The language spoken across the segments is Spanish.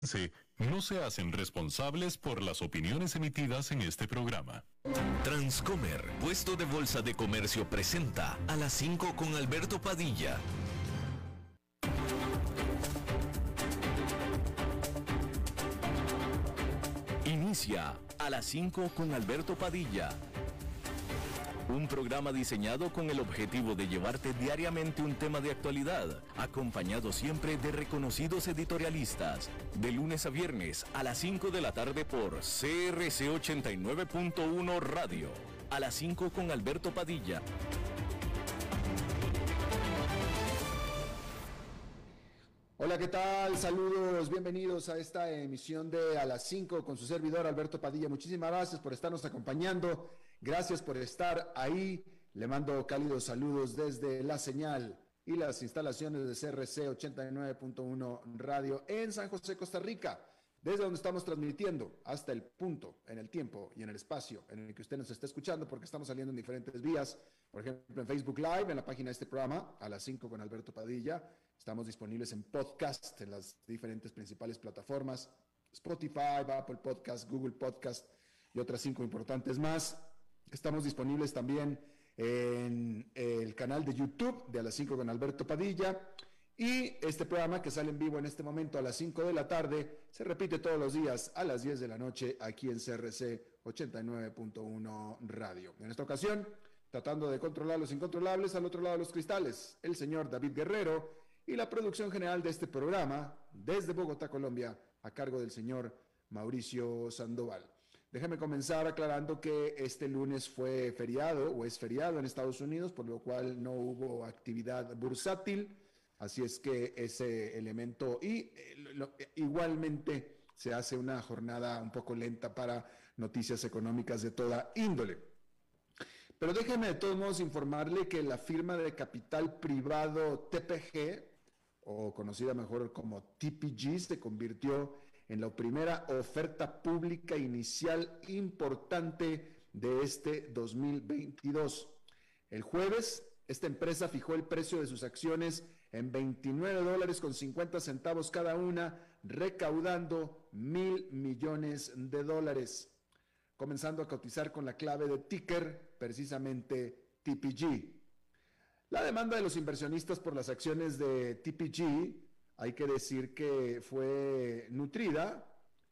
Sí, no se hacen responsables por las opiniones emitidas en este programa. Transcomer, puesto de bolsa de comercio, presenta a las 5 con Alberto Padilla. Inicia a las 5 con Alberto Padilla. Un programa diseñado con el objetivo de llevarte diariamente un tema de actualidad, acompañado siempre de reconocidos editorialistas, de lunes a viernes a las 5 de la tarde por CRC 89.1 Radio. A las 5 con Alberto Padilla. Hola, ¿qué tal? Saludos, bienvenidos a esta emisión de A las 5 con su servidor Alberto Padilla. Muchísimas gracias por estarnos acompañando. Gracias por estar ahí. Le mando cálidos saludos desde la señal y las instalaciones de CRC 89.1 Radio en San José, Costa Rica, desde donde estamos transmitiendo hasta el punto, en el tiempo y en el espacio en el que usted nos está escuchando, porque estamos saliendo en diferentes vías. Por ejemplo, en Facebook Live, en la página de este programa, A las 5 con Alberto Padilla. Estamos disponibles en podcast, en las diferentes principales plataformas, Spotify, Apple Podcast, Google Podcast y otras 5 importantes más. Estamos disponibles también en el canal de YouTube de A las 5 con Alberto Padilla. Y este programa que sale en vivo en este momento a las 5 de la tarde, se repite todos los días a las 10 de la noche aquí en CRC 89.1 Radio. En esta ocasión, tratando de controlar los incontrolables, al otro lado de los cristales, el señor David Guerrero, y la producción general de este programa, desde Bogotá, Colombia, a cargo del señor Mauricio Sandoval. Déjeme comenzar aclarando que este lunes fue feriado, o es feriado en Estados Unidos, por lo cual no hubo actividad bursátil, así es que ese elemento, igualmente se hace una jornada un poco lenta para noticias económicas de toda índole. Pero déjeme de todos modos informarle que la firma de capital privado TPG, o conocida mejor como TPG, se convirtió en la primera oferta pública inicial importante de este 2022. El jueves, esta empresa fijó el precio de sus acciones en $29.50 cada una, recaudando $1,000 millones, comenzando a cotizar con la clave de ticker, precisamente TPG. La demanda de los inversionistas por las acciones de TPG, hay que decir que fue nutrida,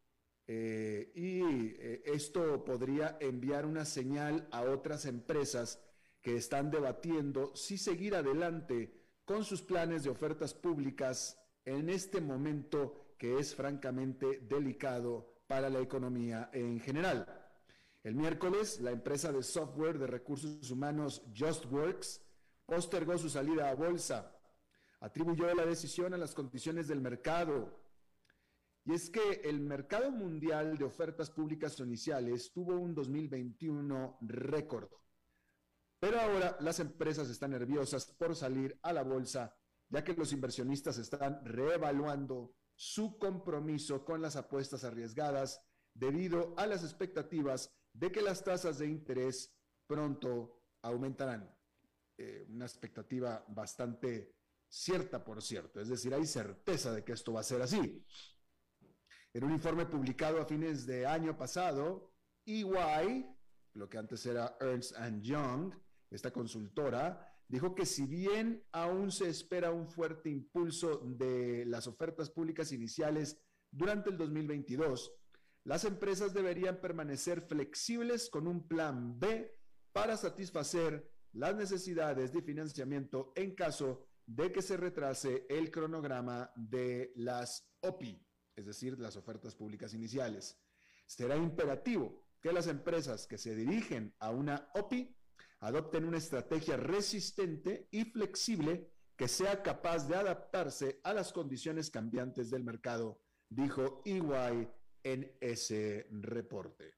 esto podría enviar una señal a otras empresas que están debatiendo si seguir adelante con sus planes de ofertas públicas en este momento que es francamente delicado para la economía en general. El miércoles, la empresa de software de recursos humanos JustWorks postergó su salida a bolsa. Atribuyó la decisión a las condiciones del mercado. Y es que el mercado mundial de ofertas públicas iniciales tuvo un 2021 récord. Pero ahora las empresas están nerviosas por salir a la bolsa, ya que los inversionistas están reevaluando su compromiso con las apuestas arriesgadas debido a las expectativas de que las tasas de interés pronto aumentarán. Una expectativa bastante cierta, por cierto, es decir, hay certeza de que esto va a ser así. En un informe publicado a fines de año pasado, EY, lo que antes era Ernst & Young, esta consultora, dijo que si bien aún se espera un fuerte impulso de las ofertas públicas iniciales durante el 2022, las empresas deberían permanecer flexibles con un plan B para satisfacer las necesidades de financiamiento en caso de que se retrase el cronograma de las OPI, es decir, las ofertas públicas iniciales. Será imperativo que las empresas que se dirigen a una OPI adopten una estrategia resistente y flexible que sea capaz de adaptarse a las condiciones cambiantes del mercado, dijo EY en ese reporte.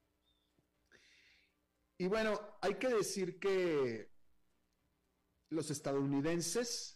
Y bueno, hay que decir que los estadounidenses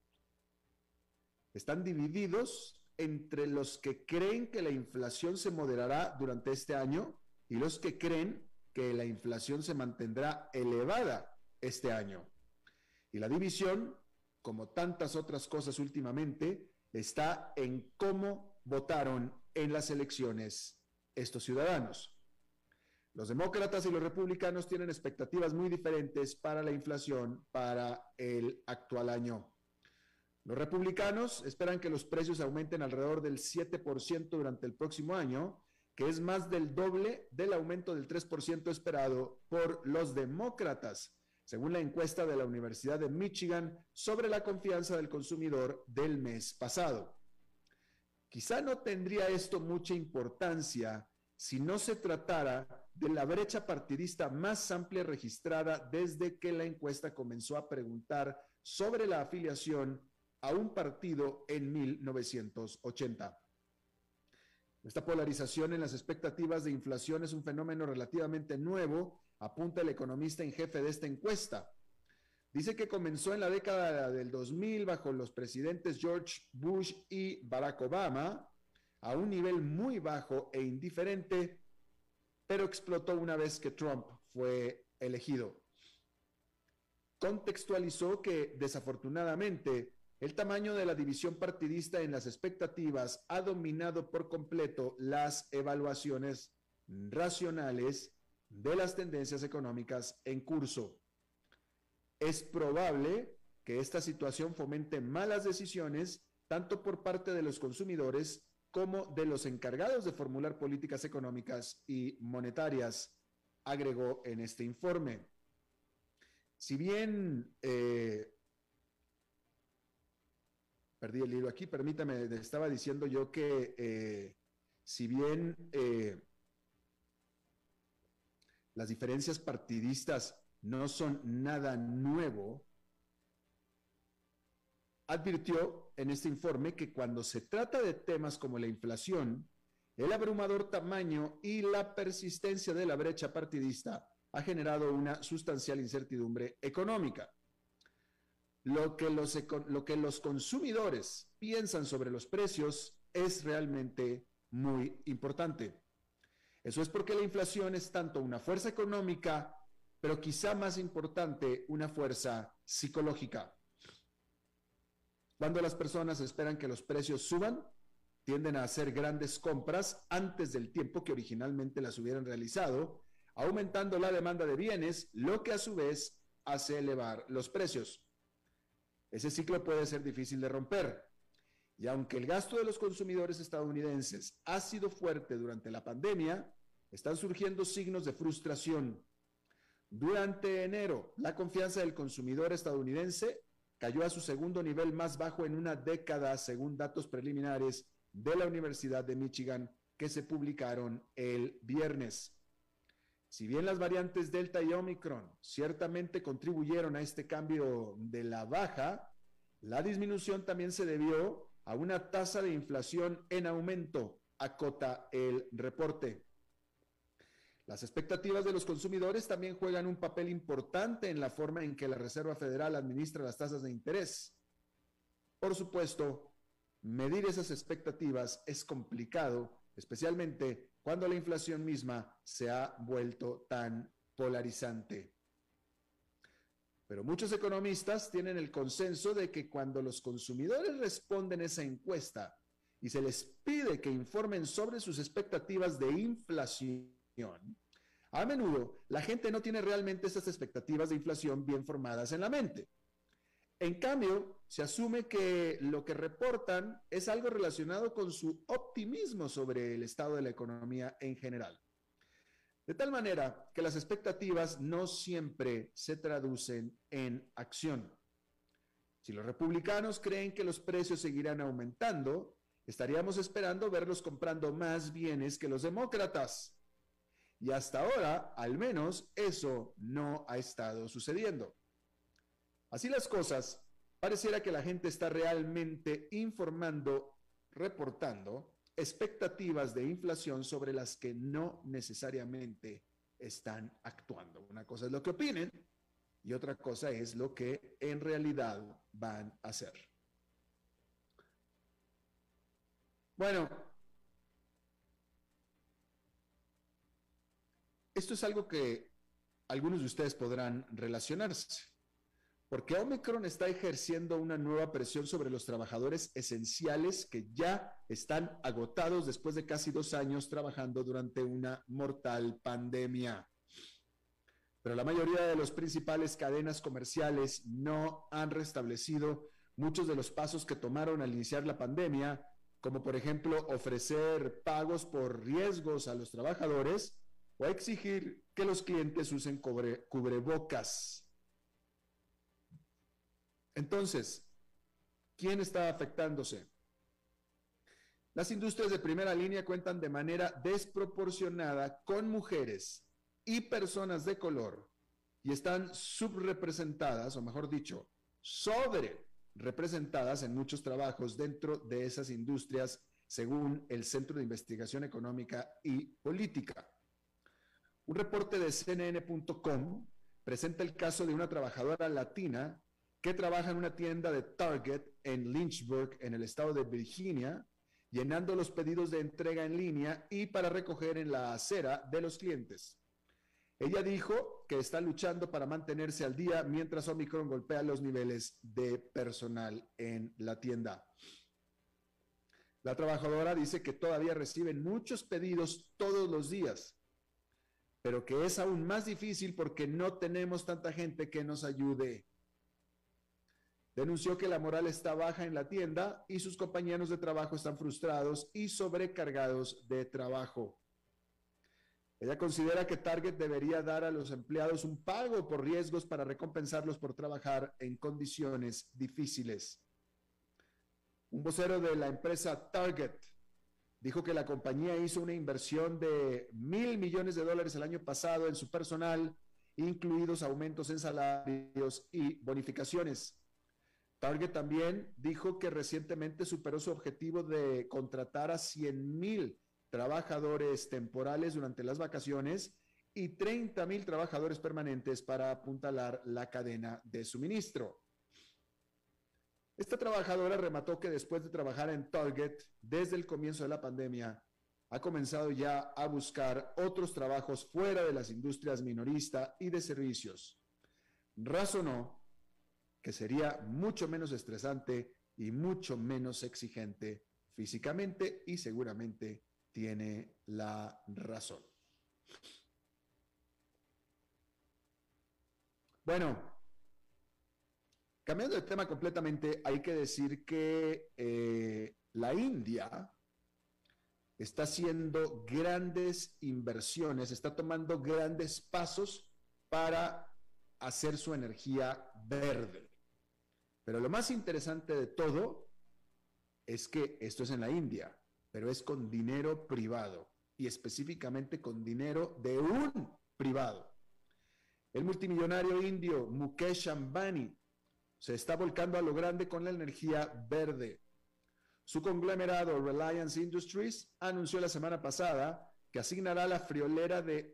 están divididos entre los que creen que la inflación se moderará durante este año y los que creen que la inflación se mantendrá elevada este año. Y la división, como tantas otras cosas últimamente, está en cómo votaron en las elecciones estos ciudadanos. Los demócratas y los republicanos tienen expectativas muy diferentes para la inflación para el actual año. Los republicanos esperan que los precios aumenten alrededor del 7% durante el próximo año, que es más del doble del aumento del 3% esperado por los demócratas, según la encuesta de la Universidad de Michigan sobre la confianza del consumidor del mes pasado. Quizá no tendría esto mucha importancia si no se tratara de la brecha partidista más amplia registrada desde que la encuesta comenzó a preguntar sobre la afiliación a un partido en 1980. Esta polarización en las expectativas de inflación es un fenómeno relativamente nuevo, apunta el economista en jefe de esta encuesta. Dice que comenzó en la década del 2000 bajo los presidentes George Bush y Barack Obama, a un nivel muy bajo e indiferente, pero explotó una vez que Trump fue elegido. Contextualizó que, desafortunadamente, el tamaño de la división partidista en las expectativas ha dominado por completo las evaluaciones racionales de las tendencias económicas en curso. Es probable que esta situación fomente malas decisiones tanto por parte de los consumidores como de los encargados de formular políticas económicas y monetarias, agregó en este informe. Si bien perdí el hilo aquí, permítame, estaba diciendo yo que si bien las diferencias partidistas no son nada nuevo, advirtió en este informe que cuando se trata de temas como la inflación, el abrumador tamaño y la persistencia de la brecha partidista ha generado una sustancial incertidumbre económica. Lo que los consumidores piensan sobre los precios es realmente muy importante. Eso es porque la inflación es tanto una fuerza económica, pero quizá más importante, una fuerza psicológica. Cuando las personas esperan que los precios suban, tienden a hacer grandes compras antes del tiempo que originalmente las hubieran realizado, aumentando la demanda de bienes, lo que a su vez hace elevar los precios. Ese ciclo puede ser difícil de romper. Y aunque el gasto de los consumidores estadounidenses ha sido fuerte durante la pandemia, están surgiendo signos de frustración. Durante enero, la confianza del consumidor estadounidense cayó a su segundo nivel más bajo en una década, según datos preliminares de la Universidad de Michigan que se publicaron el viernes. Si bien las variantes Delta y Omicron ciertamente contribuyeron a este cambio de la baja, la disminución también se debió a una tasa de inflación en aumento, acota el reporte. Las expectativas de los consumidores también juegan un papel importante en la forma en que la Reserva Federal administra las tasas de interés. Por supuesto, medir esas expectativas es complicado, especialmente cuando la inflación misma se ha vuelto tan polarizante. Pero muchos economistas tienen el consenso de que cuando los consumidores responden a esa encuesta y se les pide que informen sobre sus expectativas de inflación, a menudo la gente no tiene realmente esas expectativas de inflación bien formadas en la mente. En cambio, se asume que lo que reportan es algo relacionado con su optimismo sobre el estado de la economía en general. De tal manera que las expectativas no siempre se traducen en acción. Si los republicanos creen que los precios seguirán aumentando, estaríamos esperando verlos comprando más bienes que los demócratas. Y hasta ahora, al menos, eso no ha estado sucediendo. Así las cosas, pareciera que la gente está realmente informando, reportando expectativas de inflación sobre las que no necesariamente están actuando. Una cosa es lo que opinen y otra cosa es lo que en realidad van a hacer. Bueno, esto es algo que algunos de ustedes podrán relacionarse. porque Omicron está ejerciendo una nueva presión sobre los trabajadores esenciales que ya están agotados después de casi 2 años trabajando durante una mortal pandemia. Pero la mayoría de las principales cadenas comerciales no han restablecido muchos de los pasos que tomaron al iniciar la pandemia, como por ejemplo ofrecer pagos por riesgos a los trabajadores o exigir que los clientes usen cubrebocas. Entonces, ¿quién está afectándose? Las industrias de primera línea cuentan de manera desproporcionada con mujeres y personas de color y están subrepresentadas, o mejor dicho, sobrerepresentadas en muchos trabajos dentro de esas industrias, según el Centro de Investigación Económica y Política. Un reporte de CNN.com presenta el caso de una trabajadora latina que trabaja en una tienda de Target en Lynchburg, en el estado de Virginia, llenando los pedidos de entrega en línea y para recoger en la acera de los clientes. Ella dijo que está luchando para mantenerse al día mientras Omicron golpea los niveles de personal en la tienda. La trabajadora dice que todavía reciben muchos pedidos todos los días, pero que es aún más difícil porque no tenemos tanta gente que nos ayude. Denunció que la moral está baja en la tienda y sus compañeros de trabajo están frustrados y sobrecargados de trabajo. Ella considera que Target debería dar a los empleados un pago por riesgos para recompensarlos por trabajar en condiciones difíciles. Un vocero de la empresa Target dijo que la compañía hizo una inversión de $1,000 millones el año pasado en su personal, incluidos aumentos en salarios y bonificaciones. Target también dijo que recientemente superó su objetivo de contratar a 100,000 trabajadores temporales durante las vacaciones y 30,000 trabajadores permanentes para apuntalar la cadena de suministro. Esta trabajadora remató que después de trabajar en Target desde el comienzo de la pandemia, ha comenzado ya a buscar otros trabajos fuera de las industrias minorista y de servicios. Razonó que sería mucho menos estresante y mucho menos exigente físicamente y seguramente tiene la razón. Bueno, cambiando de tema completamente, hay que decir que la India está haciendo grandes inversiones, está tomando grandes pasos para hacer su energía verde. Pero lo más interesante de todo es que esto es en la India, pero es con dinero privado y específicamente con dinero de un privado. El multimillonario indio Mukesh Ambani se está volcando a lo grande con la energía verde. Su conglomerado Reliance Industries anunció la semana pasada que asignará la friolera de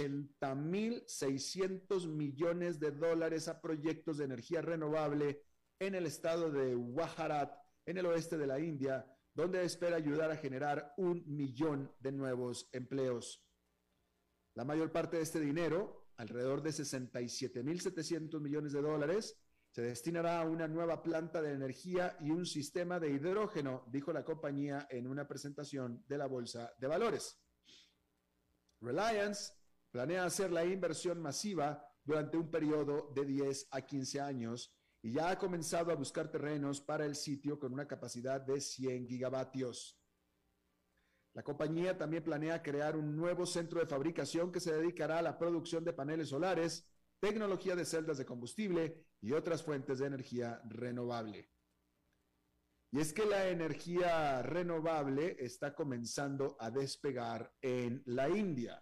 $80,600 millones a proyectos de energía renovable en el estado de Gujarat, en el oeste de la India, donde espera ayudar a generar 1 millón de nuevos empleos. La mayor parte de este dinero, alrededor de $67,700 millones, se destinará a una nueva planta de energía y un sistema de hidrógeno, dijo la compañía en una presentación de la Bolsa de Valores. Reliance planea hacer la inversión masiva durante un periodo de 10 a 15 años y ya ha comenzado a buscar terrenos para el sitio con una capacidad de 100 gigavatios. La compañía también planea crear un nuevo centro de fabricación que se dedicará a la producción de paneles solares, tecnología de celdas de combustible y otras fuentes de energía renovable. Y es que la energía renovable está comenzando a despegar en la India.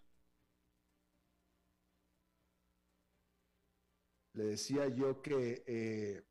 Le decía yo que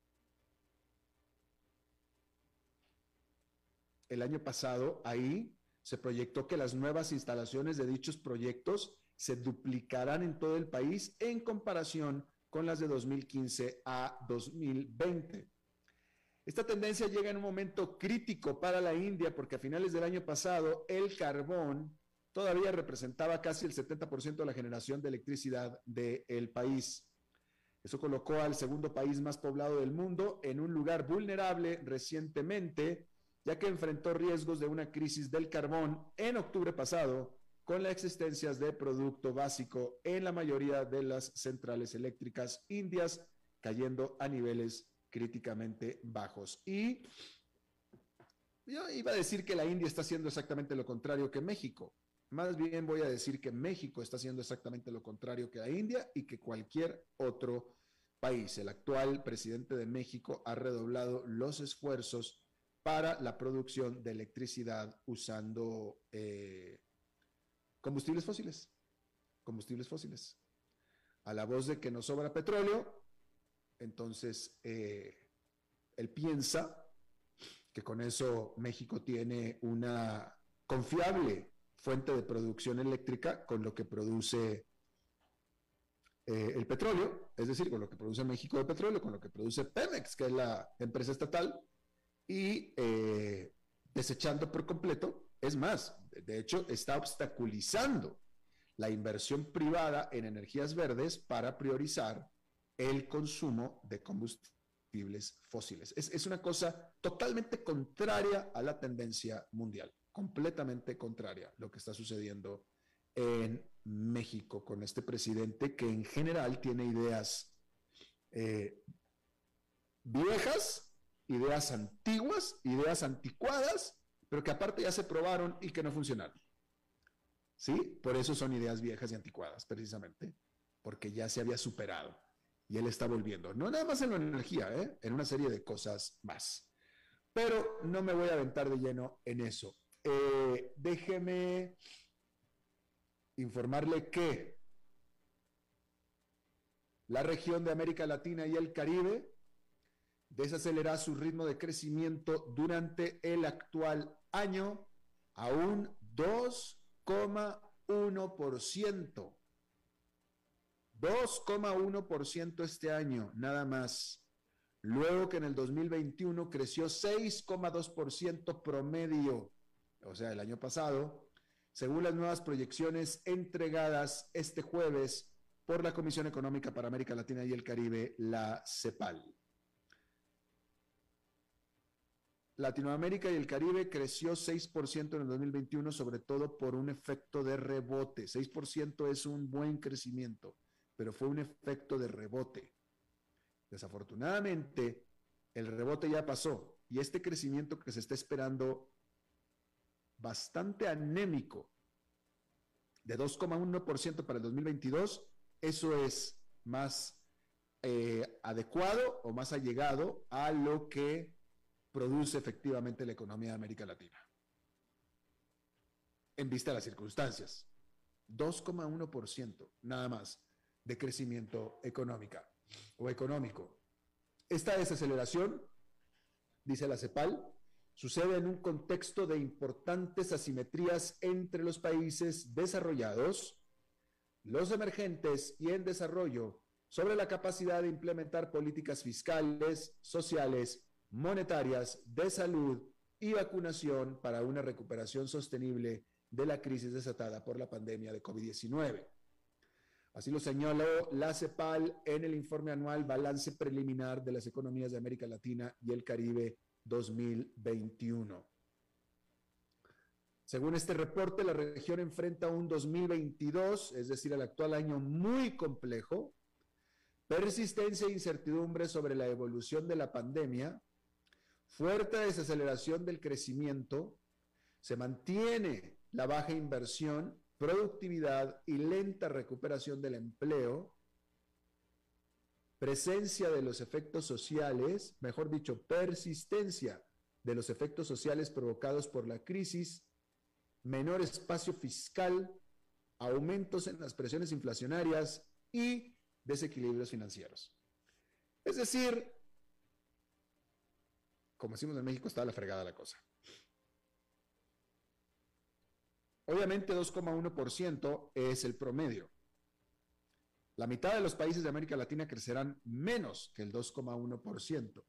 el año pasado ahí se proyectó que las nuevas instalaciones de dichos proyectos se duplicarán en todo el país en comparación con las de 2015 a 2020. Esta tendencia llega en un momento crítico para la India porque a finales del año pasado el carbón todavía representaba casi el 70% de la generación de electricidad del país. Eso colocó al segundo país más poblado del mundo en un lugar vulnerable recientemente, ya que enfrentó riesgos de una crisis del carbón en octubre pasado, con la existencia de producto básico en la mayoría de las centrales eléctricas indias, cayendo a niveles críticamente bajos. Y yo iba a decir que la India está haciendo exactamente lo contrario que México. Más bien voy a decir que México está haciendo exactamente lo contrario que la India y que cualquier otro país. El actual presidente de México ha redoblado los esfuerzos para la producción de electricidad usando combustibles fósiles. Combustibles fósiles. A la voz de que nos sobra petróleo, entonces él piensa que con eso México tiene una confiable fuente de producción eléctrica con lo que produce el petróleo, es decir, con lo que produce México de petróleo, con lo que produce Pemex, que es la empresa estatal, y desechando por completo, es más, de hecho, está obstaculizando la inversión privada en energías verdes para priorizar el consumo de combustibles fósiles. Es una cosa totalmente contraria a la tendencia mundial, completamente contraria lo que está sucediendo en México con este presidente que en general tiene ideas viejas, ideas antiguas, ideas anticuadas, pero que aparte ya se probaron y que no funcionaron. ¿Sí? Por eso son ideas viejas y anticuadas, precisamente, porque ya se había superado y él está volviendo. No nada más en la energía, en una serie de cosas más. Pero no me voy a aventar de lleno en eso. Déjeme informarle que la región de América Latina y el Caribe desacelerar su ritmo de crecimiento durante el actual año a un 2,1%. 2,1% este año, nada más. Luego que en el 2021 creció 6,2% promedio, o sea, el año pasado, según las nuevas proyecciones entregadas este jueves por la Comisión Económica para América Latina y el Caribe, la CEPAL. Latinoamérica y el Caribe creció 6% en el 2021, sobre todo por un efecto de rebote. 6% es un buen crecimiento, pero fue un efecto de rebote. Desafortunadamente, el rebote ya pasó y este crecimiento que se está esperando bastante anémico de 2,1% para el 2022, eso es más adecuado o más allegado a lo que produce efectivamente la economía de América Latina. En vista de las circunstancias, 2,1% nada más de crecimiento económico. Esta desaceleración, dice la CEPAL, sucede en un contexto de importantes asimetrías entre los países desarrollados, los emergentes y en desarrollo sobre la capacidad de implementar políticas fiscales, sociales, monetarias, de salud y vacunación para una recuperación sostenible de la crisis desatada por la pandemia de COVID-19. Así lo señaló la CEPAL en el informe anual Balance Preliminar de las Economías de América Latina y el Caribe 2021. Según este reporte, la región enfrenta un 2022, es decir, el actual año muy complejo, persistencia e incertidumbre sobre la evolución de la pandemia, fuerte desaceleración del crecimiento, se mantiene la baja inversión, productividad y lenta recuperación del empleo, presencia de los efectos sociales, mejor dicho, persistencia de los efectos sociales provocados por la crisis, menor espacio fiscal, aumentos en las presiones inflacionarias y desequilibrios financieros. Es decir, como decimos en México, está la fregada la cosa. Obviamente 2,1% es el promedio. La mitad de los países de América Latina crecerán menos que el 2,1%.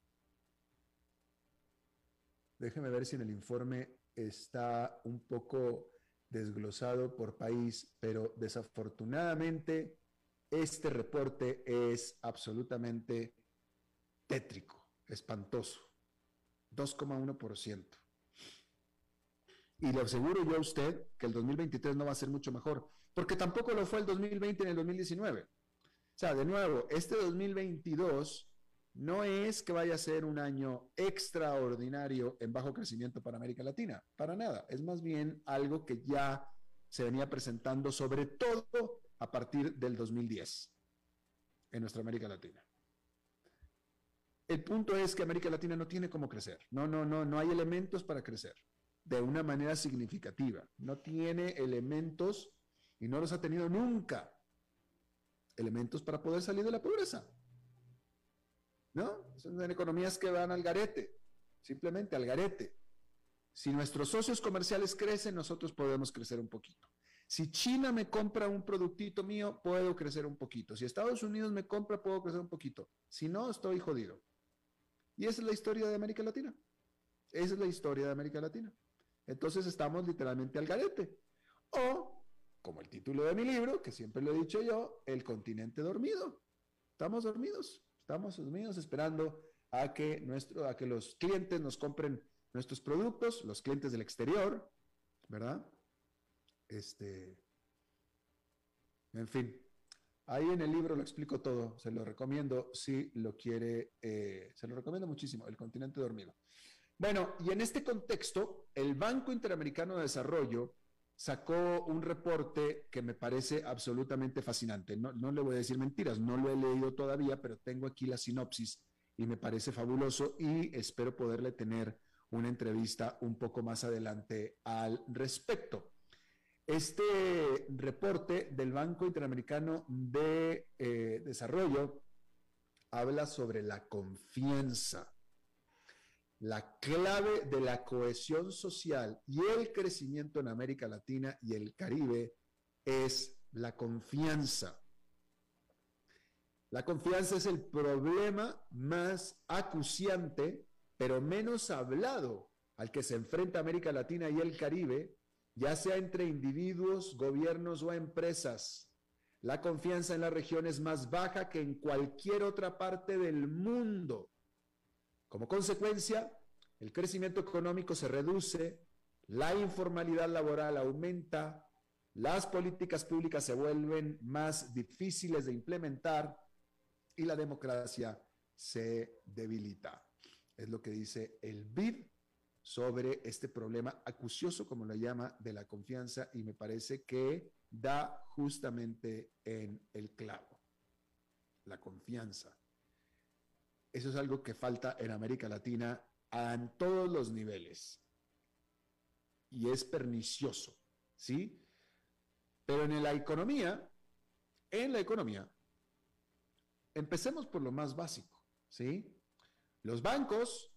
Déjeme ver si en el informe está un poco desglosado por país, pero desafortunadamente este reporte es absolutamente tétrico, espantoso. 2,1%. Y le aseguro yo a usted que el 2023 no va a ser mucho mejor, porque tampoco lo fue el 2020 ni el 2019. O sea, de nuevo, este 2022 no es que vaya a ser un año extraordinario en bajo crecimiento para América Latina, para nada. Es más bien algo que ya se venía presentando, sobre todo a partir del 2010 en nuestra América Latina. El punto es que América Latina no tiene cómo crecer. No hay elementos para crecer de una manera significativa. No tiene elementos, y no los ha tenido nunca, elementos para poder salir de la pobreza. ¿No? Son economías que van al garete, simplemente al garete. Si nuestros socios comerciales crecen, nosotros podemos crecer un poquito. Si China me compra un productito mío, puedo crecer un poquito. Si Estados Unidos me compra, puedo crecer un poquito. Si no, estoy jodido. Y esa es la historia de América Latina. Esa es la historia de América Latina. Entonces estamos literalmente al garete. O, como el título de mi libro, que siempre lo he dicho yo, el continente dormido. Estamos dormidos esperando a que los clientes nos compren nuestros productos, los clientes del exterior, ¿verdad? En fin, ahí en el libro lo explico todo, se lo recomiendo si lo quiere, se lo recomiendo muchísimo, El continente dormido. Bueno, y en este contexto, el Banco Interamericano de Desarrollo sacó un reporte que me parece absolutamente fascinante. No le voy a decir mentiras, no lo he leído todavía, pero tengo aquí la sinopsis y me parece fabuloso y espero poderle tener una entrevista un poco más adelante al respecto. Este reporte del Banco Interamericano de Desarrollo habla sobre la confianza. La clave de la cohesión social y el crecimiento en América Latina y el Caribe es la confianza. La confianza es el problema más acuciante, pero menos hablado, al que se enfrenta América Latina y el Caribe, ya sea entre individuos, gobiernos o empresas. La confianza en la región es más baja que en cualquier otra parte del mundo. Como consecuencia, el crecimiento económico se reduce, la informalidad laboral aumenta, las políticas públicas se vuelven más difíciles de implementar y la democracia se debilita. Es lo que dice el BID sobre este problema acucioso, como lo llama, de la confianza, y me parece que da justamente en el clavo. La confianza. Eso es algo que falta en América Latina en todos los niveles. Y es pernicioso, ¿sí? Pero en la economía, empecemos por lo más básico, ¿sí? Los bancos,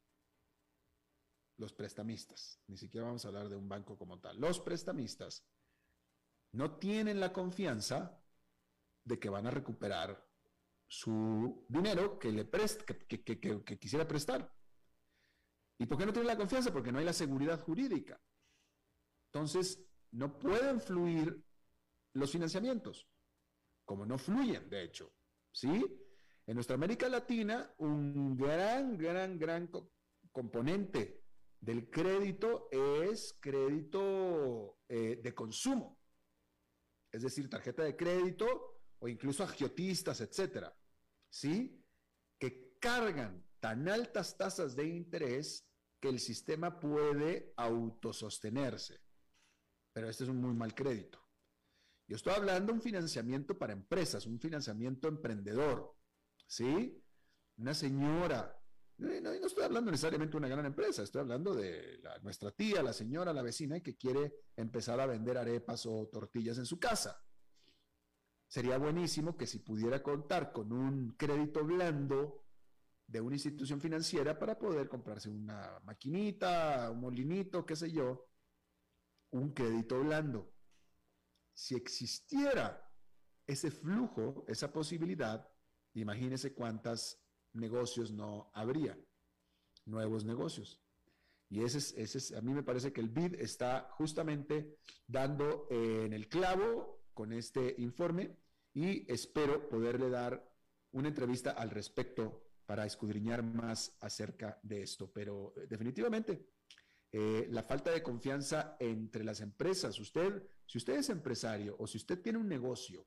los prestamistas, ni siquiera vamos a hablar de un banco como tal, los prestamistas no tienen la confianza de que van a recuperar su dinero que quisiera prestar. ¿Y por qué no tiene la confianza? Porque no hay la seguridad jurídica. Entonces, no pueden fluir los financiamientos, como no fluyen, de hecho, ¿sí? En nuestra América Latina, un gran componente del crédito es crédito de consumo, es decir, tarjeta de crédito o incluso agiotistas, etcétera, ¿sí? Que cargan tan altas tasas de interés que el sistema puede autosostenerse. Pero este es un muy mal crédito. Yo estoy hablando de un financiamiento para empresas, un financiamiento emprendedor, ¿sí? Una señora, no estoy hablando necesariamente de una gran empresa, estoy hablando de nuestra tía, la señora, la vecina que quiere empezar a vender arepas o tortillas en su casa. Sería buenísimo que si pudiera contar con un crédito blando de una institución financiera para poder comprarse una maquinita, un molinito, qué sé yo, un crédito blando. Si existiera ese flujo, esa posibilidad, imagínese cuántos negocios no habría, nuevos negocios. Y a mí me parece que el BID está justamente dando en el clavo con este informe y espero poderle dar una entrevista al respecto para escudriñar más acerca de esto. Pero definitivamente, la falta de confianza entre las empresas. Si usted es empresario o si usted tiene un negocio,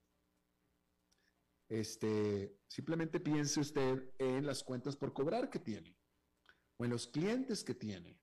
simplemente piense usted en las cuentas por cobrar que tiene o en los clientes que tiene.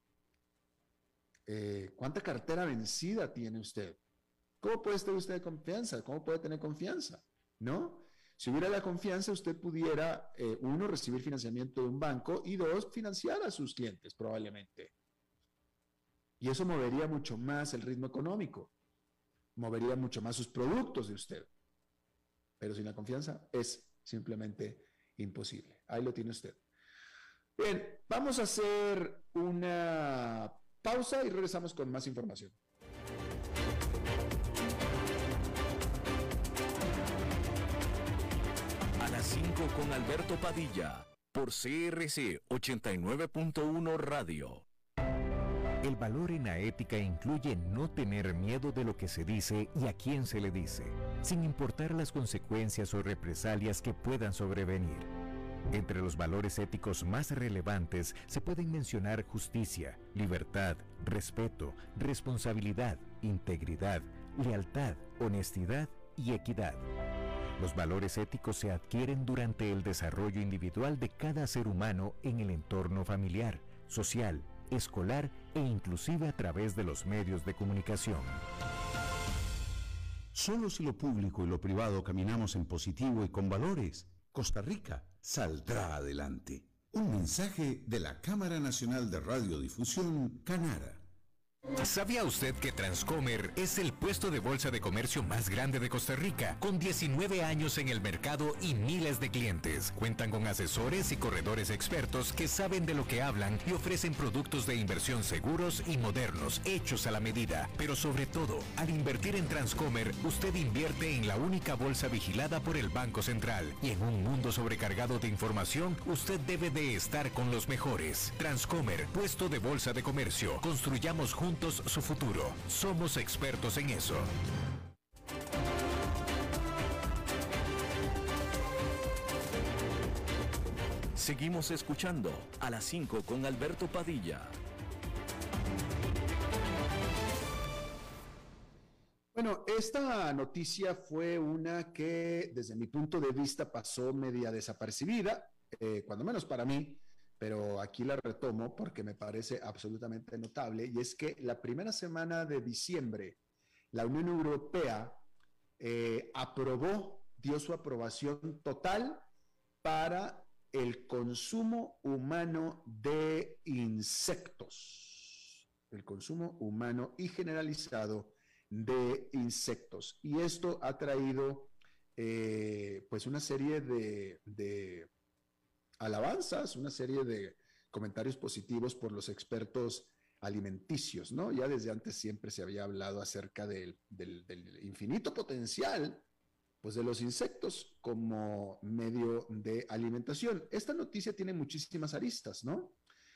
¿Cuánta cartera vencida tiene usted? ¿Cómo puede estar usted de confianza? ¿Cómo puede tener confianza? ¿No? Si hubiera la confianza, usted pudiera, uno, recibir financiamiento de un banco y dos, financiar a sus clientes probablemente. Y eso movería mucho más el ritmo económico, movería mucho más sus productos de usted. Pero sin la confianza es simplemente imposible. Ahí lo tiene usted. Bien, vamos a hacer una pausa y regresamos con más información. A las 5 con Alberto Padilla, por CRC 89.1 Radio. El valor en la ética incluye no tener miedo de lo que se dice y a quién se le dice, sin importar las consecuencias o represalias que puedan sobrevenir. Entre los valores éticos más relevantes se pueden mencionar justicia, libertad, respeto, responsabilidad, integridad, lealtad, honestidad y equidad. Los valores éticos se adquieren durante el desarrollo individual de cada ser humano en el entorno familiar, social, escolar e inclusive a través de los medios de comunicación. Solo si lo público y lo privado caminamos en positivo y con valores, Costa Rica saldrá adelante. Un mensaje de la Cámara Nacional de Radiodifusión, Canara. ¿Sabía usted que Transcomer es el puesto de bolsa de comercio más grande de Costa Rica, con 19 años en el mercado y miles de clientes? Cuentan con asesores y corredores expertos que saben de lo que hablan y ofrecen productos de inversión seguros y modernos, hechos a la medida. Pero sobre todo, al invertir en Transcomer, usted invierte en la única bolsa vigilada por el Banco Central. Y en un mundo sobrecargado de información, usted debe de estar con los mejores. Transcomer, puesto de bolsa de comercio. Construyamos juntos su futuro. Somos expertos en eso. Seguimos escuchando a las 5 con Alberto Padilla. Bueno, esta noticia fue una que desde mi punto de vista pasó media desapercibida, cuando menos para mí, pero aquí la retomo porque me parece absolutamente notable, y es que la primera semana de diciembre, la Unión Europea dio su aprobación total para el consumo humano de insectos, el consumo humano y generalizado de insectos. Y esto ha traído pues una serie de alabanzas, una serie de comentarios positivos por los expertos alimenticios, ¿no? Ya desde antes siempre se había hablado acerca del infinito potencial, pues, de los insectos como medio de alimentación. Esta noticia tiene muchísimas aristas, ¿no?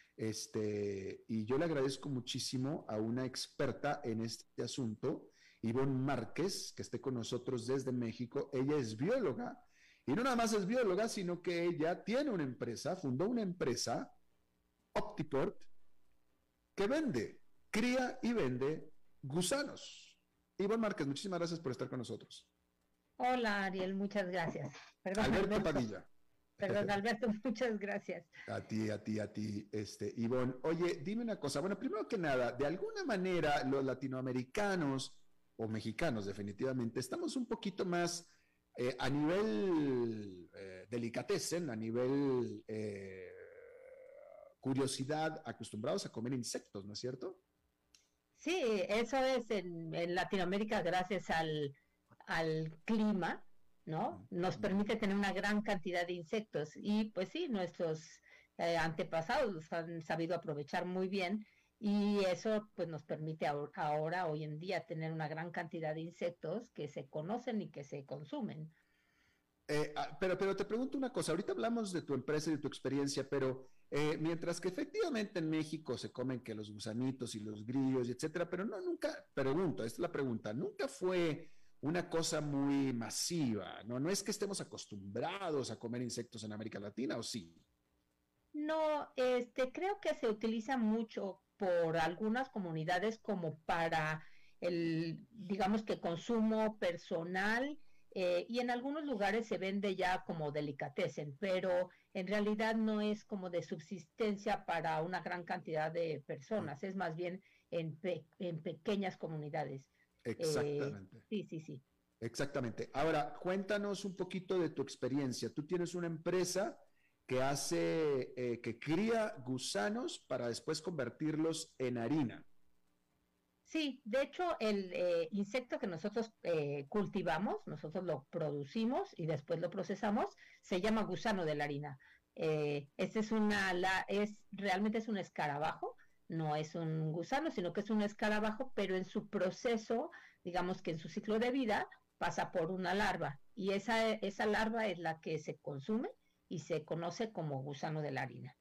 Y yo le agradezco muchísimo a una experta en este asunto, Ivonne Márquez, que esté con nosotros desde México. Ella es bióloga. Y no nada más es bióloga, sino que ella tiene una empresa, fundó una empresa, Optiport, que cría y vende gusanos. Ivonne Márquez, muchísimas gracias por estar con nosotros. Hola, Ariel, muchas gracias. Perdón, Alberto Padilla. Perdón, Alberto, muchas gracias. A ti, Ivonne. Oye, dime una cosa. Bueno, primero que nada, de alguna manera los latinoamericanos, o mexicanos definitivamente, estamos un poquito más a nivel delicatessen, a nivel curiosidad, acostumbrados a comer insectos, ¿no es cierto? Sí, eso es en Latinoamérica gracias al clima, ¿no? Nos permite tener una gran cantidad de insectos y pues sí, nuestros antepasados han sabido aprovechar muy bien y eso pues nos permite ahora, hoy en día, tener una gran cantidad de insectos que se conocen y que se consumen. Pero te pregunto una cosa, ahorita hablamos de tu empresa y de tu experiencia, pero mientras que efectivamente en México se comen que los gusanitos y los grillos, y etcétera, pero no, nunca, pregunto, esta es la pregunta, ¿nunca fue una cosa muy masiva, ¿no? No es que estemos acostumbrados a comer insectos en América Latina, ¿o sí? No, creo que se utiliza mucho por algunas comunidades como para digamos que consumo personal, y en algunos lugares se vende ya como delicatessen, pero en realidad no es como de subsistencia para una gran cantidad de personas, es más bien en pequeñas comunidades. Exactamente. Sí, sí, sí. Exactamente. Ahora, cuéntanos un poquito de tu experiencia. Tú tienes una empresa que que cría gusanos para después convertirlos en harina. Sí, de hecho, el insecto que nosotros cultivamos, nosotros lo producimos y después lo procesamos, se llama gusano de la harina. Este es realmente es un escarabajo, no es un gusano, sino que es un escarabajo, pero en su proceso, digamos que en su ciclo de vida, pasa por una larva y esa larva es la que se consume y se conoce como gusano de la harina.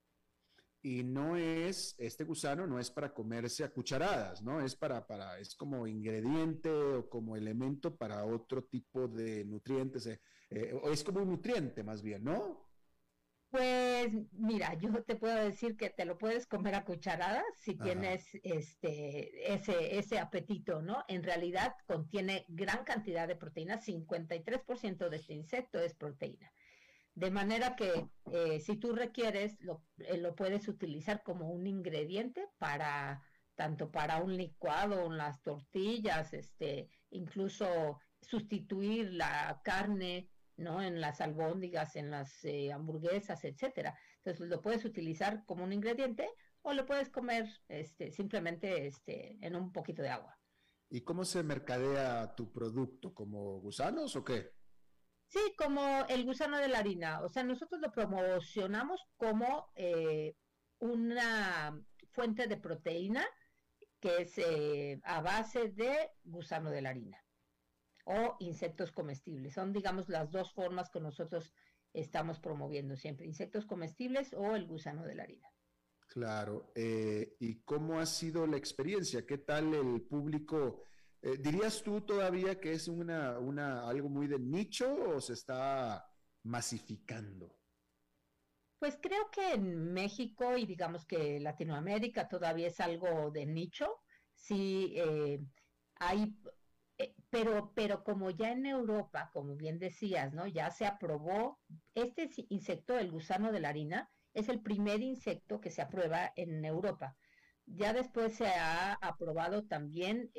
Y este gusano no es para comerse a cucharadas, ¿no? Es como ingrediente o como elemento para otro tipo de nutrientes, o es como un nutriente más bien, ¿no? Pues mira, yo te puedo decir que te lo puedes comer a cucharadas si Ajá. tienes ese apetito, ¿no? En realidad contiene gran cantidad de proteína, 53% de este insecto es proteína. De manera que si tú requieres, lo puedes utilizar como un ingrediente tanto para un licuado, unas tortillas, incluso sustituir la carne, ¿no? En las albóndigas, en las hamburguesas, etcétera. Entonces lo puedes utilizar como un ingrediente o lo puedes comer simplemente en un poquito de agua. ¿Y cómo se mercadea tu producto? ¿Como gusanos o qué? Sí, como el gusano de la harina. O sea, nosotros lo promocionamos como una fuente de proteína que es a base de gusano de la harina o insectos comestibles. Son, digamos, las dos formas que nosotros estamos promoviendo siempre, insectos comestibles o el gusano de la harina. Claro. ¿Y cómo ha sido la experiencia? ¿Qué tal el público? ¿Dirías tú todavía que es algo muy de nicho o se está masificando? Pues creo que en México y digamos que Latinoamérica todavía es algo de nicho. Sí, hay, pero como ya en Europa, como bien decías, ¿no? Ya se aprobó, insecto, el gusano de la harina, es el primer insecto que se aprueba en Europa. Ya después se ha aprobado también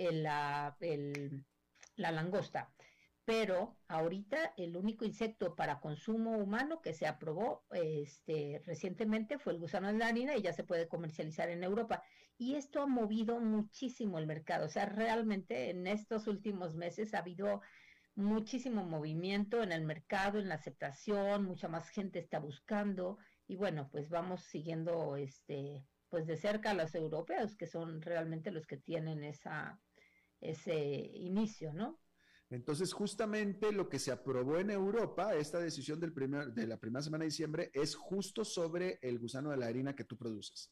la langosta, pero ahorita el único insecto para consumo humano que se aprobó recientemente fue el gusano de la harina y ya se puede comercializar en Europa. Y esto ha movido muchísimo el mercado. O sea, realmente en estos últimos meses ha habido muchísimo movimiento en el mercado, en la aceptación, mucha más gente está buscando y bueno, pues vamos siguiendo pues de cerca a los europeos que son realmente los que tienen ese inicio, ¿no? Entonces, justamente lo que se aprobó en Europa, esta decisión de la primera semana de diciembre, es justo sobre el gusano de la harina que tú produces.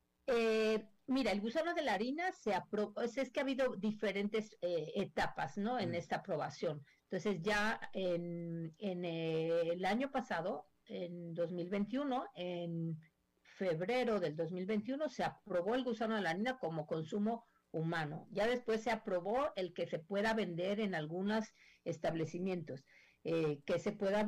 Mira, el gusano de la harina se aprobó, es que ha habido diferentes etapas, ¿no? En esta aprobación. Entonces ya en el año pasado, en 2021, en febrero del 2021, se aprobó el gusano de la harina como consumo humano. Ya después se aprobó el que se pueda vender en algunos establecimientos, que se pueda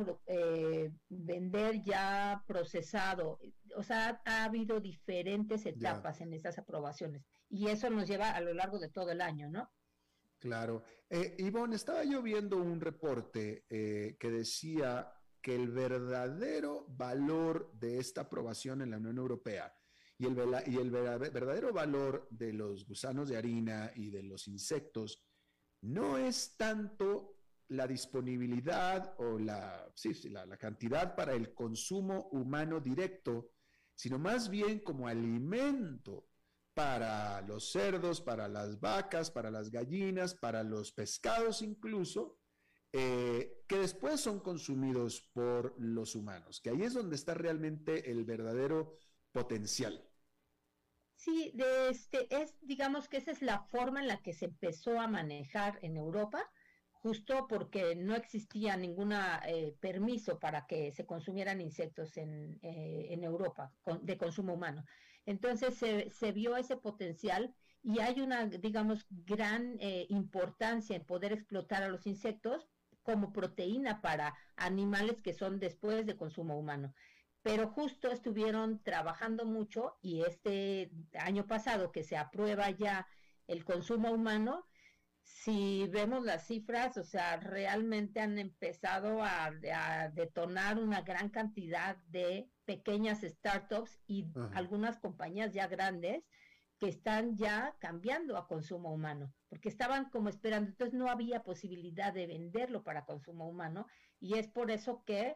vender ya procesado. O sea, ha habido diferentes Ya, etapas en estas aprobaciones y eso nos lleva a lo largo de todo el año, ¿no? claro. Ivonne, estaba yo viendo un reporte que decía que el verdadero valor de esta aprobación en la Unión Europea verdadero valor de los gusanos de harina y de los insectos no es tanto la disponibilidad o la cantidad para el consumo humano directo, sino más bien como alimento para los cerdos, para las vacas, para las gallinas, para los pescados incluso, que después son consumidos por los humanos, que ahí es donde está realmente el verdadero potencial. Sí, digamos que esa es la forma en la que se empezó a manejar en Europa, justo porque no existía ningún permiso para que se consumieran insectos en Europa de consumo humano. Entonces se vio ese potencial y hay una, digamos, gran importancia en poder explotar a los insectos como proteína para animales que son después de consumo humano. Pero justo estuvieron trabajando mucho y este año pasado que se aprueba ya el consumo humano, si vemos las cifras, o sea, realmente han empezado a detonar una gran cantidad de pequeñas startups y algunas compañías ya grandes que están ya cambiando a consumo humano, porque estaban como esperando, entonces no había posibilidad de venderlo para consumo humano, y es por eso que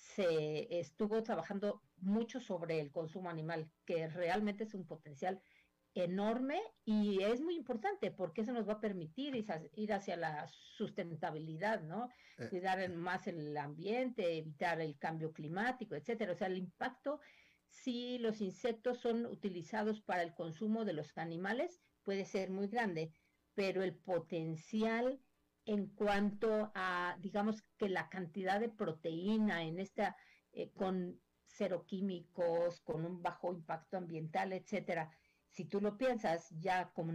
se estuvo trabajando mucho sobre el consumo animal, que realmente es un potencial enorme y es muy importante porque eso nos va a permitir ir hacia la sustentabilidad, ¿no? Cuidar más el ambiente, evitar el cambio climático, etcétera. O sea, el impacto, si los insectos son utilizados para el consumo de los animales, puede ser muy grande, pero el potencial en cuanto a, digamos, que la cantidad de proteína en esta, con cero químicos, con un bajo impacto ambiental, etcétera. Si tú lo piensas ya como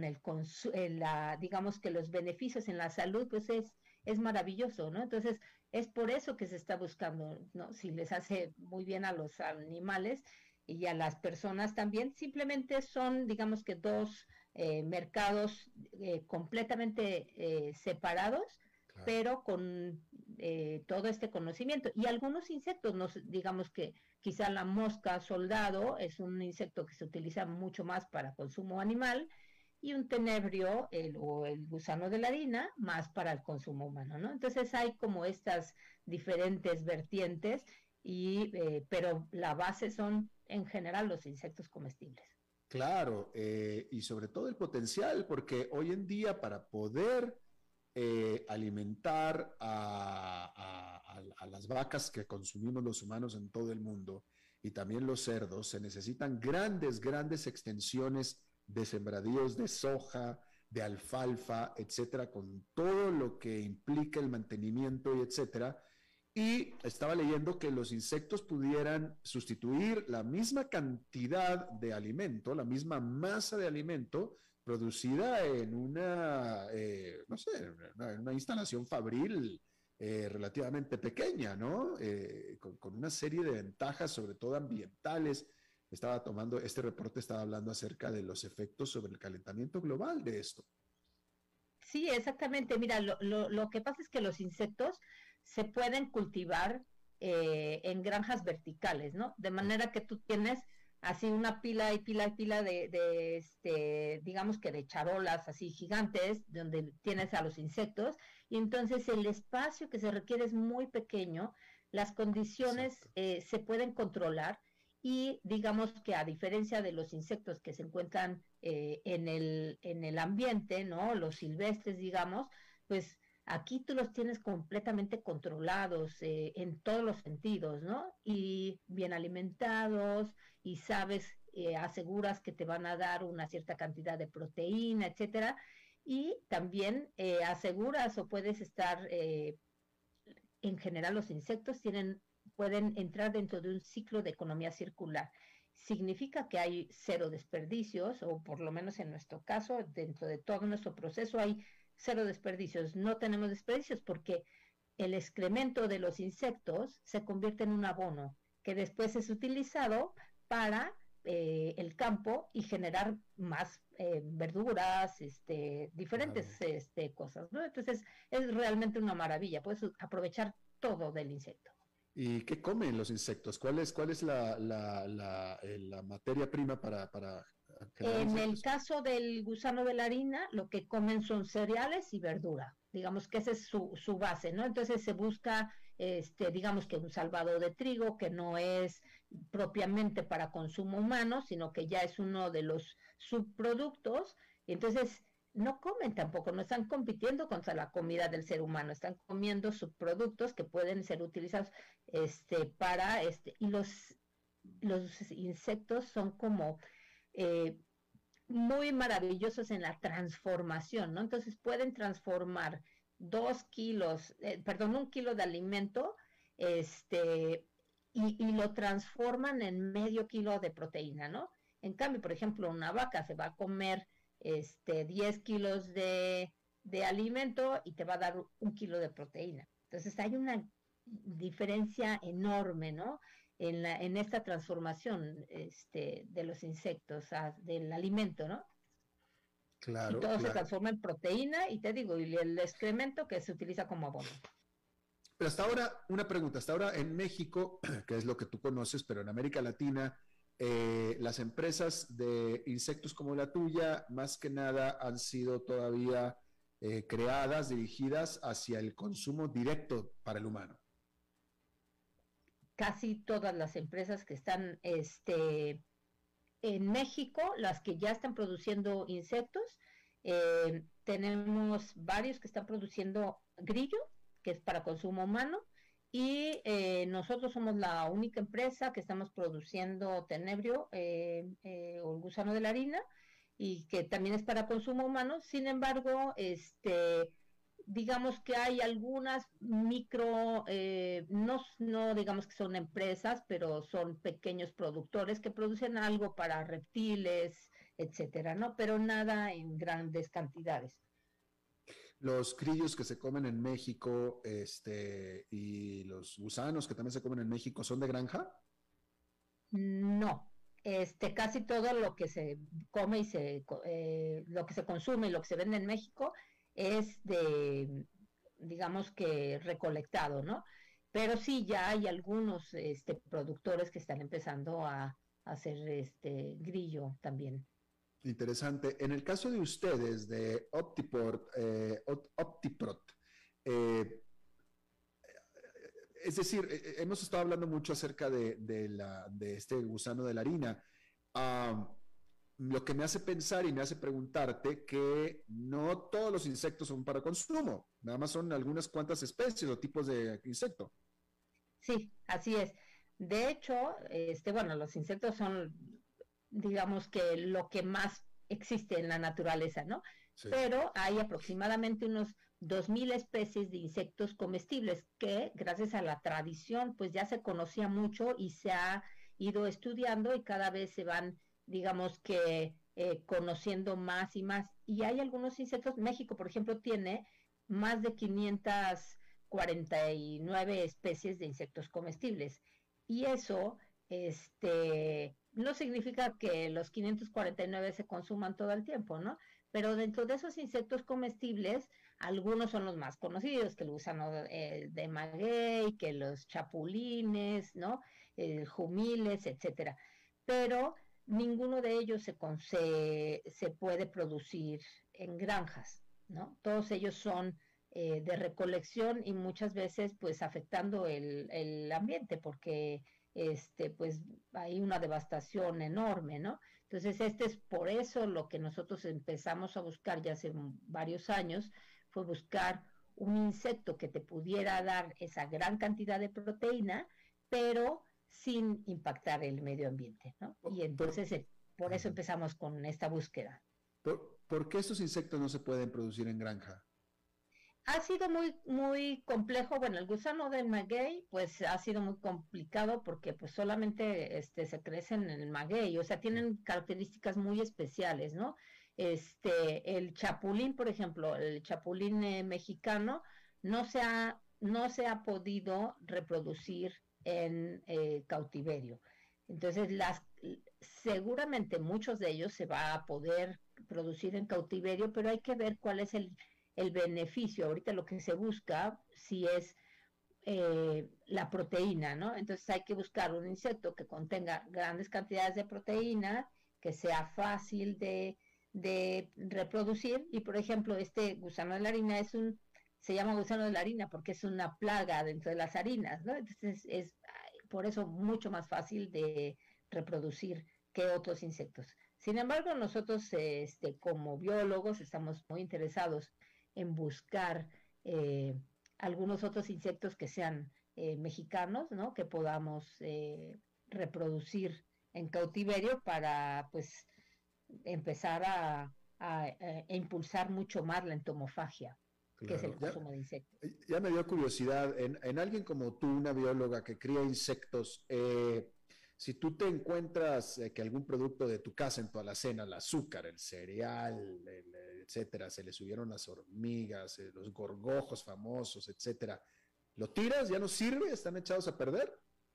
digamos que los beneficios en la salud, pues es maravilloso, ¿no? Entonces, es por eso que se está buscando, ¿no? Si les hace muy bien a los animales y a las personas también, simplemente son, digamos que dos mercados completamente separados, claro, pero con todo este conocimiento. Y algunos insectos, digamos que quizá la mosca soldado es un insecto que se utiliza mucho más para consumo animal, y un tenebrio o el gusano de la harina más para el consumo humano, ¿no? Entonces hay como estas diferentes vertientes, pero la base son en general los insectos comestibles. Claro, y sobre todo el potencial, porque hoy en día para poder alimentar a las vacas que consumimos los humanos en todo el mundo y también los cerdos, se necesitan grandes extensiones de sembradíos de soja, de alfalfa, etcétera, con todo lo que implica el mantenimiento y etcétera. Y estaba leyendo que los insectos pudieran sustituir la misma cantidad de alimento, la misma masa de alimento producida en no sé, en una instalación fabril relativamente pequeña, ¿no? Con una serie de ventajas, sobre todo ambientales. Este reporte estaba hablando acerca de los efectos sobre el calentamiento global de esto. Sí, exactamente. Mira, lo que pasa es que los insectos se pueden cultivar en granjas verticales, ¿no? De manera que tú tienes así una pila y pila y pila digamos que de charolas así gigantes, donde tienes a los insectos, y entonces el espacio que se requiere es muy pequeño, las condiciones se pueden controlar, y digamos que a diferencia de los insectos que se encuentran en el ambiente, ¿no? Los silvestres, digamos, pues aquí tú los tienes completamente controlados en todos los sentidos, ¿no? Y bien alimentados, y sabes, aseguras que te van a dar una cierta cantidad de proteína, etcétera, y también aseguras o puedes estar, en general los insectos pueden entrar dentro de un ciclo de economía circular. Significa que hay cero desperdicios, o por lo menos en nuestro caso, dentro de todo nuestro proceso hay cero desperdicios. No tenemos desperdicios porque el excremento de los insectos se convierte en un abono que después es utilizado para el campo y generar más verduras, diferentes cosas, ¿no? Entonces es realmente una maravilla, puedes aprovechar todo del insecto. ¿Y qué comen los insectos? ¿Cuál es la materia prima para en el caso del gusano de la harina, lo que comen son cereales y verdura. Digamos que esa es su base, ¿no? Entonces se busca, digamos que un salvado de trigo, que no es propiamente para consumo humano, sino que ya es uno de los subproductos. Entonces no comen tampoco, no están compitiendo contra la comida del ser humano, están comiendo subproductos que pueden ser utilizados para y los insectos son como muy maravillosos en la transformación, ¿no? Entonces pueden transformar un kilo de alimento, y lo transforman en medio kilo de proteína, ¿no? En cambio, por ejemplo, una vaca se va a comer 10 kilos de alimento y te va a dar 1 kilo de proteína. Entonces hay una diferencia enorme, ¿no? En esta transformación de los insectos, del alimento, ¿no? Claro, y todo claro. se transforma en proteína, y te digo, y el excremento que se utiliza como abono. Pero hasta ahora, una pregunta, hasta ahora en México, que es lo que tú conoces, pero en América Latina, las empresas de insectos como la tuya, más que nada han sido todavía creadas, dirigidas hacia el consumo directo para el humano. Casi todas las empresas que están en México, las que ya están produciendo insectos, tenemos varios que están produciendo grillo, que es para consumo humano, y nosotros somos la única empresa que estamos produciendo tenebrio, o el gusano de la harina, y que también es para consumo humano. Sin embargo, digamos que hay algunas no digamos que son empresas, pero son pequeños productores que producen algo para reptiles, etcétera, ¿no? Pero nada en grandes cantidades. Los grillos que se comen en México, y los gusanos que también se comen en México, ¿son de granja? No, casi todo lo que se come lo que se consume y lo que se vende en México es digamos que recolectado, ¿no? Pero sí, ya hay algunos productores que están empezando a hacer grillo también. Interesante. En el caso de ustedes, de Optiprot, es decir, hemos estado hablando mucho acerca de este gusano de la harina. Lo que me hace pensar y me hace preguntarte que no todos los insectos son para consumo, nada más son algunas cuantas especies o tipos de insecto. Sí, así es. De hecho, bueno, los insectos son, digamos que lo que más existe en la naturaleza, ¿no? Sí. Pero hay aproximadamente unos 2,000 especies de insectos comestibles que, gracias a la tradición, pues ya se conocía mucho y se ha ido estudiando, y cada vez se van, digamos que, conociendo más y más. Y hay algunos insectos. México, por ejemplo, tiene más de 549 especies de insectos comestibles. Y eso, no significa que los 549 se consuman todo el tiempo, ¿no? Pero dentro de esos insectos comestibles, algunos son los más conocidos, que el gusano de maguey, que los chapulines, ¿no? Jumiles, etcétera. Pero ninguno de ellos se puede producir en granjas, ¿no? Todos ellos son de recolección, y muchas veces pues afectando el ambiente, porque pues hay una devastación enorme, ¿no? Entonces es por eso lo que nosotros empezamos a buscar ya hace varios años, fue buscar un insecto que te pudiera dar esa gran cantidad de proteína, pero sin impactar el medio ambiente, ¿no? Y entonces por eso empezamos con esta búsqueda. ¿Por qué estos insectos no se pueden producir en granja? Ha sido muy, muy complejo. Bueno, el gusano de maguey, pues ha sido muy complicado porque pues solamente se crecen en el maguey, o sea, tienen características muy especiales, ¿no? El chapulín, por ejemplo, el chapulín mexicano no se ha podido reproducir en cautiverio. Entonces, seguramente muchos de ellos se va a poder producir en cautiverio, pero hay que ver cuál es el beneficio. Ahorita lo que se busca sí es la proteína, ¿no? Entonces hay que buscar un insecto que contenga grandes cantidades de proteína, que sea fácil de reproducir. Y por ejemplo, este gusano de la harina se llama gusano de la harina porque es una plaga dentro de las harinas, ¿no? Entonces es por eso mucho más fácil de reproducir que otros insectos. Sin embargo, nosotros como biólogos estamos muy interesados en buscar algunos otros insectos que sean mexicanos, ¿no? Que podamos reproducir en cautiverio para pues empezar a impulsar mucho más la entomofagia. que es el Claro, consumo de insectos. ya me dio curiosidad, en alguien como tú, una bióloga que cría insectos, si tú te encuentras que algún producto de tu casa en tu alacena, el azúcar, el cereal, etcétera, se le subieron las hormigas, los gorgojos famosos, etcétera, ¿lo tiras? ¿Ya no sirve? ¿Están echados a perder?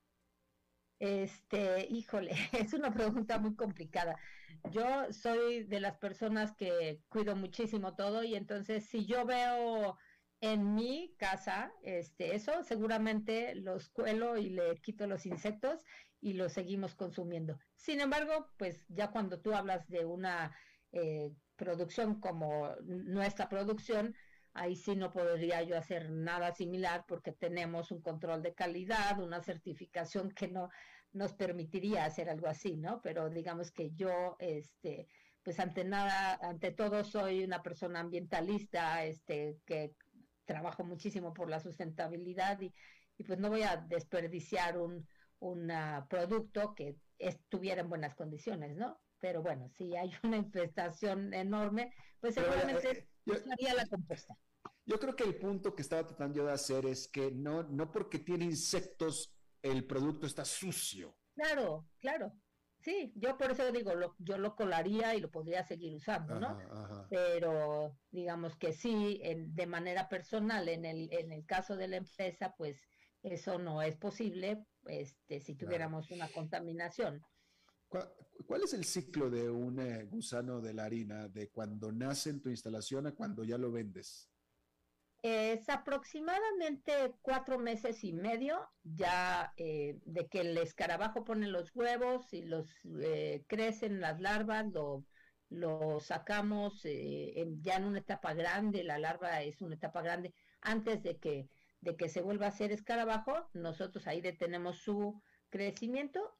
Híjole, es una pregunta muy complicada. Yo soy de las personas que cuido muchísimo todo y entonces si yo veo en mi casa, eso seguramente los cuelo y le quito los insectos y los seguimos consumiendo. Sin embargo, pues ya cuando tú hablas de una producción como nuestra producción, ahí sí no podría yo hacer nada similar porque tenemos un control de calidad, una certificación que no nos permitiría hacer algo así, ¿no? Pero digamos que yo, pues ante nada, ante todo soy una persona ambientalista, que trabajo muchísimo por la sustentabilidad y pues no voy a desperdiciar un producto que estuviera en buenas condiciones, ¿no? Pero bueno, si hay una infestación enorme, pues Pero seguramente usaría la composta. yo creo que el punto que estaba tratando yo de hacer es que no porque tiene insectos el producto está sucio. Claro, claro. Sí, yo por eso digo, yo lo colaría y lo podría seguir usando, ¿no? Ajá, ajá. Pero digamos que sí, de manera personal, en el caso de la empresa, pues eso no es posible, si Claro. tuviéramos una contaminación. ¿Cuál, cuál es el ciclo de un gusano de la harina de cuando nace en tu instalación a cuando ya lo vendes? Es aproximadamente 4 meses y medio ya de que el escarabajo pone los huevos y los crecen las larvas, lo sacamos ya en una etapa grande, la larva es una etapa grande, antes de que se vuelva a hacer escarabajo, nosotros ahí detenemos su crecimiento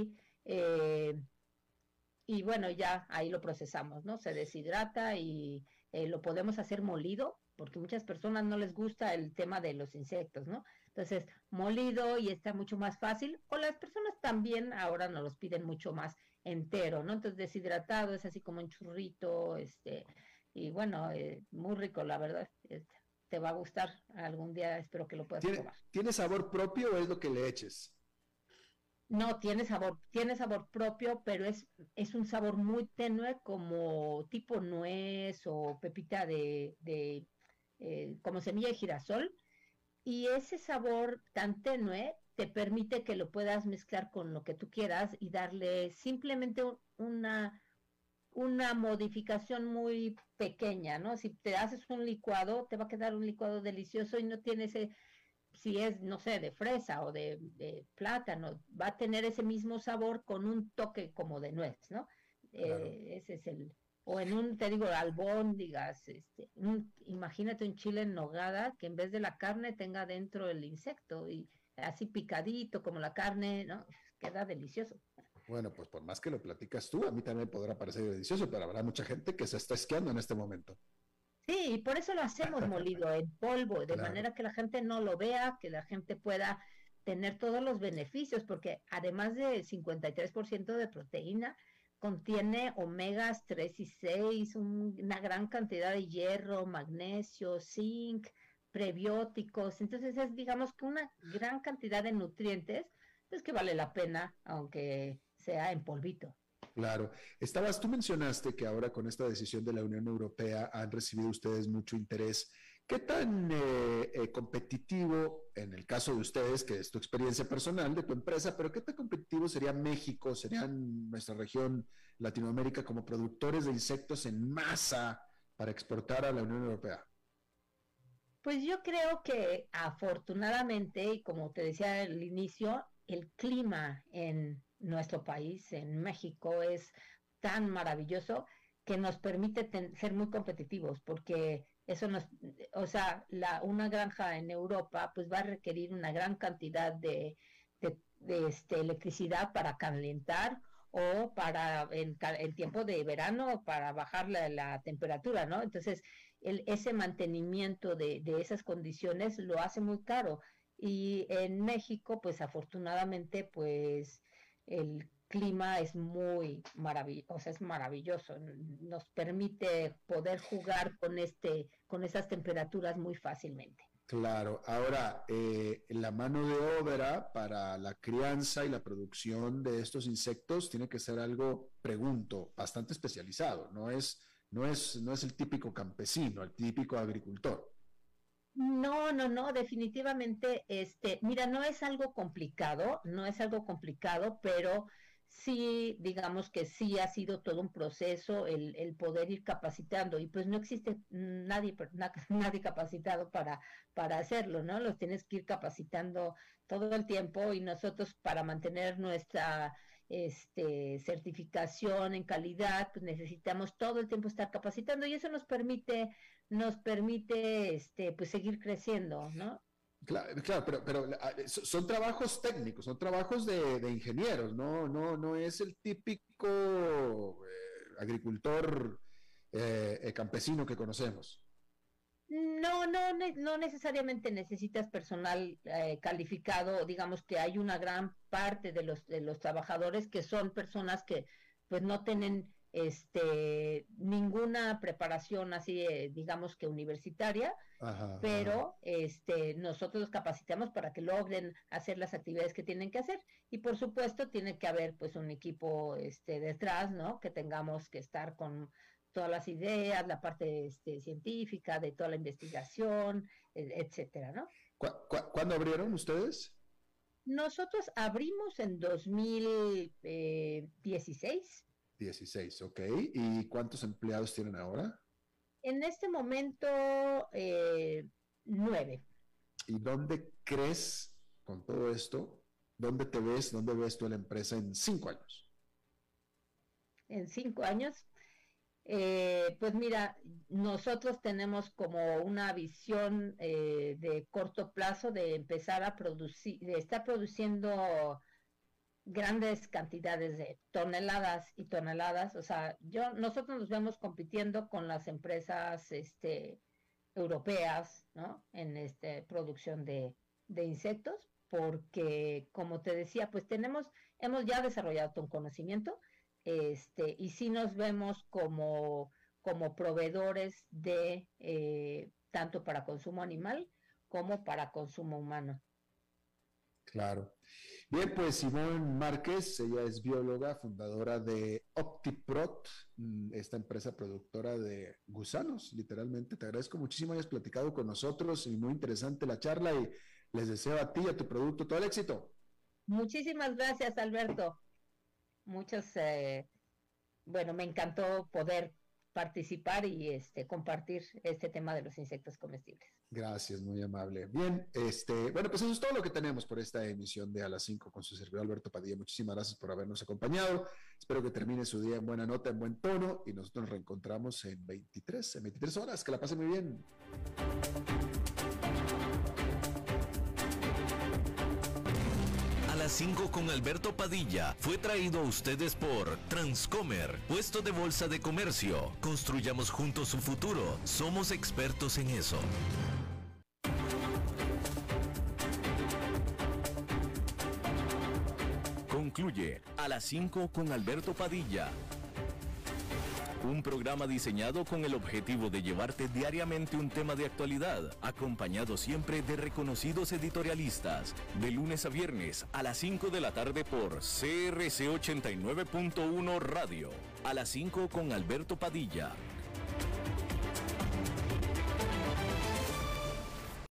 y bueno, ya ahí lo procesamos, ¿no? Se deshidrata y lo podemos hacer molido, porque muchas personas no les gusta el tema de los insectos, ¿no? Entonces, molido y está mucho más fácil, o las personas también ahora nos los piden mucho más entero, ¿no? Entonces, deshidratado es así como un churrito, y bueno, muy rico, la verdad, te va a gustar algún día, espero que lo puedas probar. ¿Tiene sabor propio o es lo que le eches? No, tiene sabor propio, pero es un sabor muy tenue como tipo nuez o pepita como semilla de girasol. Y ese sabor tan tenue te permite que lo puedas mezclar con lo que tú quieras y darle simplemente una modificación muy pequeña, ¿no? Si te haces un licuado, te va a quedar un licuado delicioso y no tiene si es, no sé, de fresa o de plátano, va a tener ese mismo sabor con un toque como de nuez, ¿no? Claro. Ese es o en te digo, albóndigas, imagínate un chile en nogada que en vez de la carne tenga dentro el insecto y así picadito como la carne, ¿no? Queda delicioso. Bueno, pues por más que lo platicas tú, a mí también podrá parecer delicioso, pero habrá mucha gente que se está esquiando en este momento. Sí, y por eso lo hacemos molido en polvo, de Claro. manera que la gente no lo vea, que la gente pueda tener todos los beneficios, porque además de 53% de proteína, contiene omegas 3 y 6, una gran cantidad de hierro, magnesio, zinc, prebióticos. Entonces es, digamos, que una gran cantidad de nutrientes, pues que vale la pena, aunque sea en polvito. Claro. Tú mencionaste que ahora con esta decisión de la Unión Europea han recibido ustedes mucho interés. ¿Qué tan competitivo, en el caso de ustedes, que es tu experiencia personal de tu empresa, pero qué tan competitivo sería México, sería nuestra región Latinoamérica como productores de insectos en masa para exportar a la Unión Europea? Pues yo creo que afortunadamente, y como te decía al inicio, el clima en nuestro país, en México, es tan maravilloso que nos permite ser muy competitivos, porque eso o sea, una granja en Europa pues va a requerir una gran cantidad de electricidad para calentar o para el tiempo de verano para bajar la temperatura, ¿no? Entonces, ese mantenimiento de esas condiciones lo hace muy caro. Y en México, pues afortunadamente, pues clima es muy maravilloso, o sea, es maravilloso. Nos permite poder jugar con esas temperaturas muy fácilmente. Claro, ahora la mano de obra para la crianza y la producción de estos insectos tiene que ser algo, pregunto, bastante especializado. No es el típico campesino, el típico agricultor. No, definitivamente, mira, no es algo complicado, pero sí, digamos que sí ha sido todo un proceso el poder ir capacitando, y pues no existe nadie capacitado para hacerlo, ¿no? Los tienes que ir capacitando todo el tiempo, y nosotros, para mantener nuestra certificación en calidad, pues necesitamos todo el tiempo estar capacitando, y eso nos permite pues seguir creciendo, ¿no? Claro, pero son trabajos técnicos, son trabajos de ingenieros, no es el típico agricultor campesino que conocemos. No necesariamente necesitas personal calificado. Digamos que hay una gran parte de los trabajadores que son personas que pues no tienen ninguna preparación así, digamos que universitaria, pero nosotros los capacitamos para que logren hacer las actividades que tienen que hacer, y por supuesto tiene que haber pues un equipo detrás, ¿no? Que tengamos que estar con todas las ideas, la parte científica de toda la investigación, etcétera, ¿no? ¿Cuándo abrieron ustedes? Nosotros abrimos en 2016. 16, ok. ¿Y cuántos empleados tienen ahora? En este momento, 9. ¿Y dónde crees, con todo esto, dónde ves tú a la empresa en 5 años? En 5 años, pues mira, nosotros tenemos como una visión de corto plazo de empezar a producir, de estar produciendo grandes cantidades de toneladas y toneladas. O sea, nosotros nos vemos compitiendo con las empresas europeas, ¿no? En producción de insectos, porque como te decía, pues hemos ya desarrollado todo un conocimiento, y sí nos vemos como proveedores de tanto para consumo animal como para consumo humano. Claro. Bien, pues Simone Márquez, ella es bióloga, fundadora de OptiProt, esta empresa productora de gusanos, literalmente. Te agradezco muchísimo que hayas platicado con nosotros, y muy interesante la charla, y les deseo a ti y a tu producto todo el éxito. Muchísimas gracias, Alberto. Me encantó poder participar y compartir este tema de los insectos comestibles. Gracias, muy amable. Bien, bueno, pues eso es todo lo que tenemos por esta emisión de A las 5 con su servidor Alberto Padilla. Muchísimas gracias por habernos acompañado. Espero que termine su día en buena nota, en buen tono, y nosotros nos reencontramos en 23 horas. Que la pasen muy bien. A las 5 con Alberto Padilla fue traído a ustedes por Transcomer, puesto de bolsa de comercio. Construyamos juntos su futuro. Somos expertos en eso. Concluye A las 5 con Alberto Padilla. Un programa diseñado con el objetivo de llevarte diariamente un tema de actualidad, acompañado siempre de reconocidos editorialistas, de lunes a viernes a las 5 de la tarde por CRC 89.1 Radio. A las 5 con Alberto Padilla.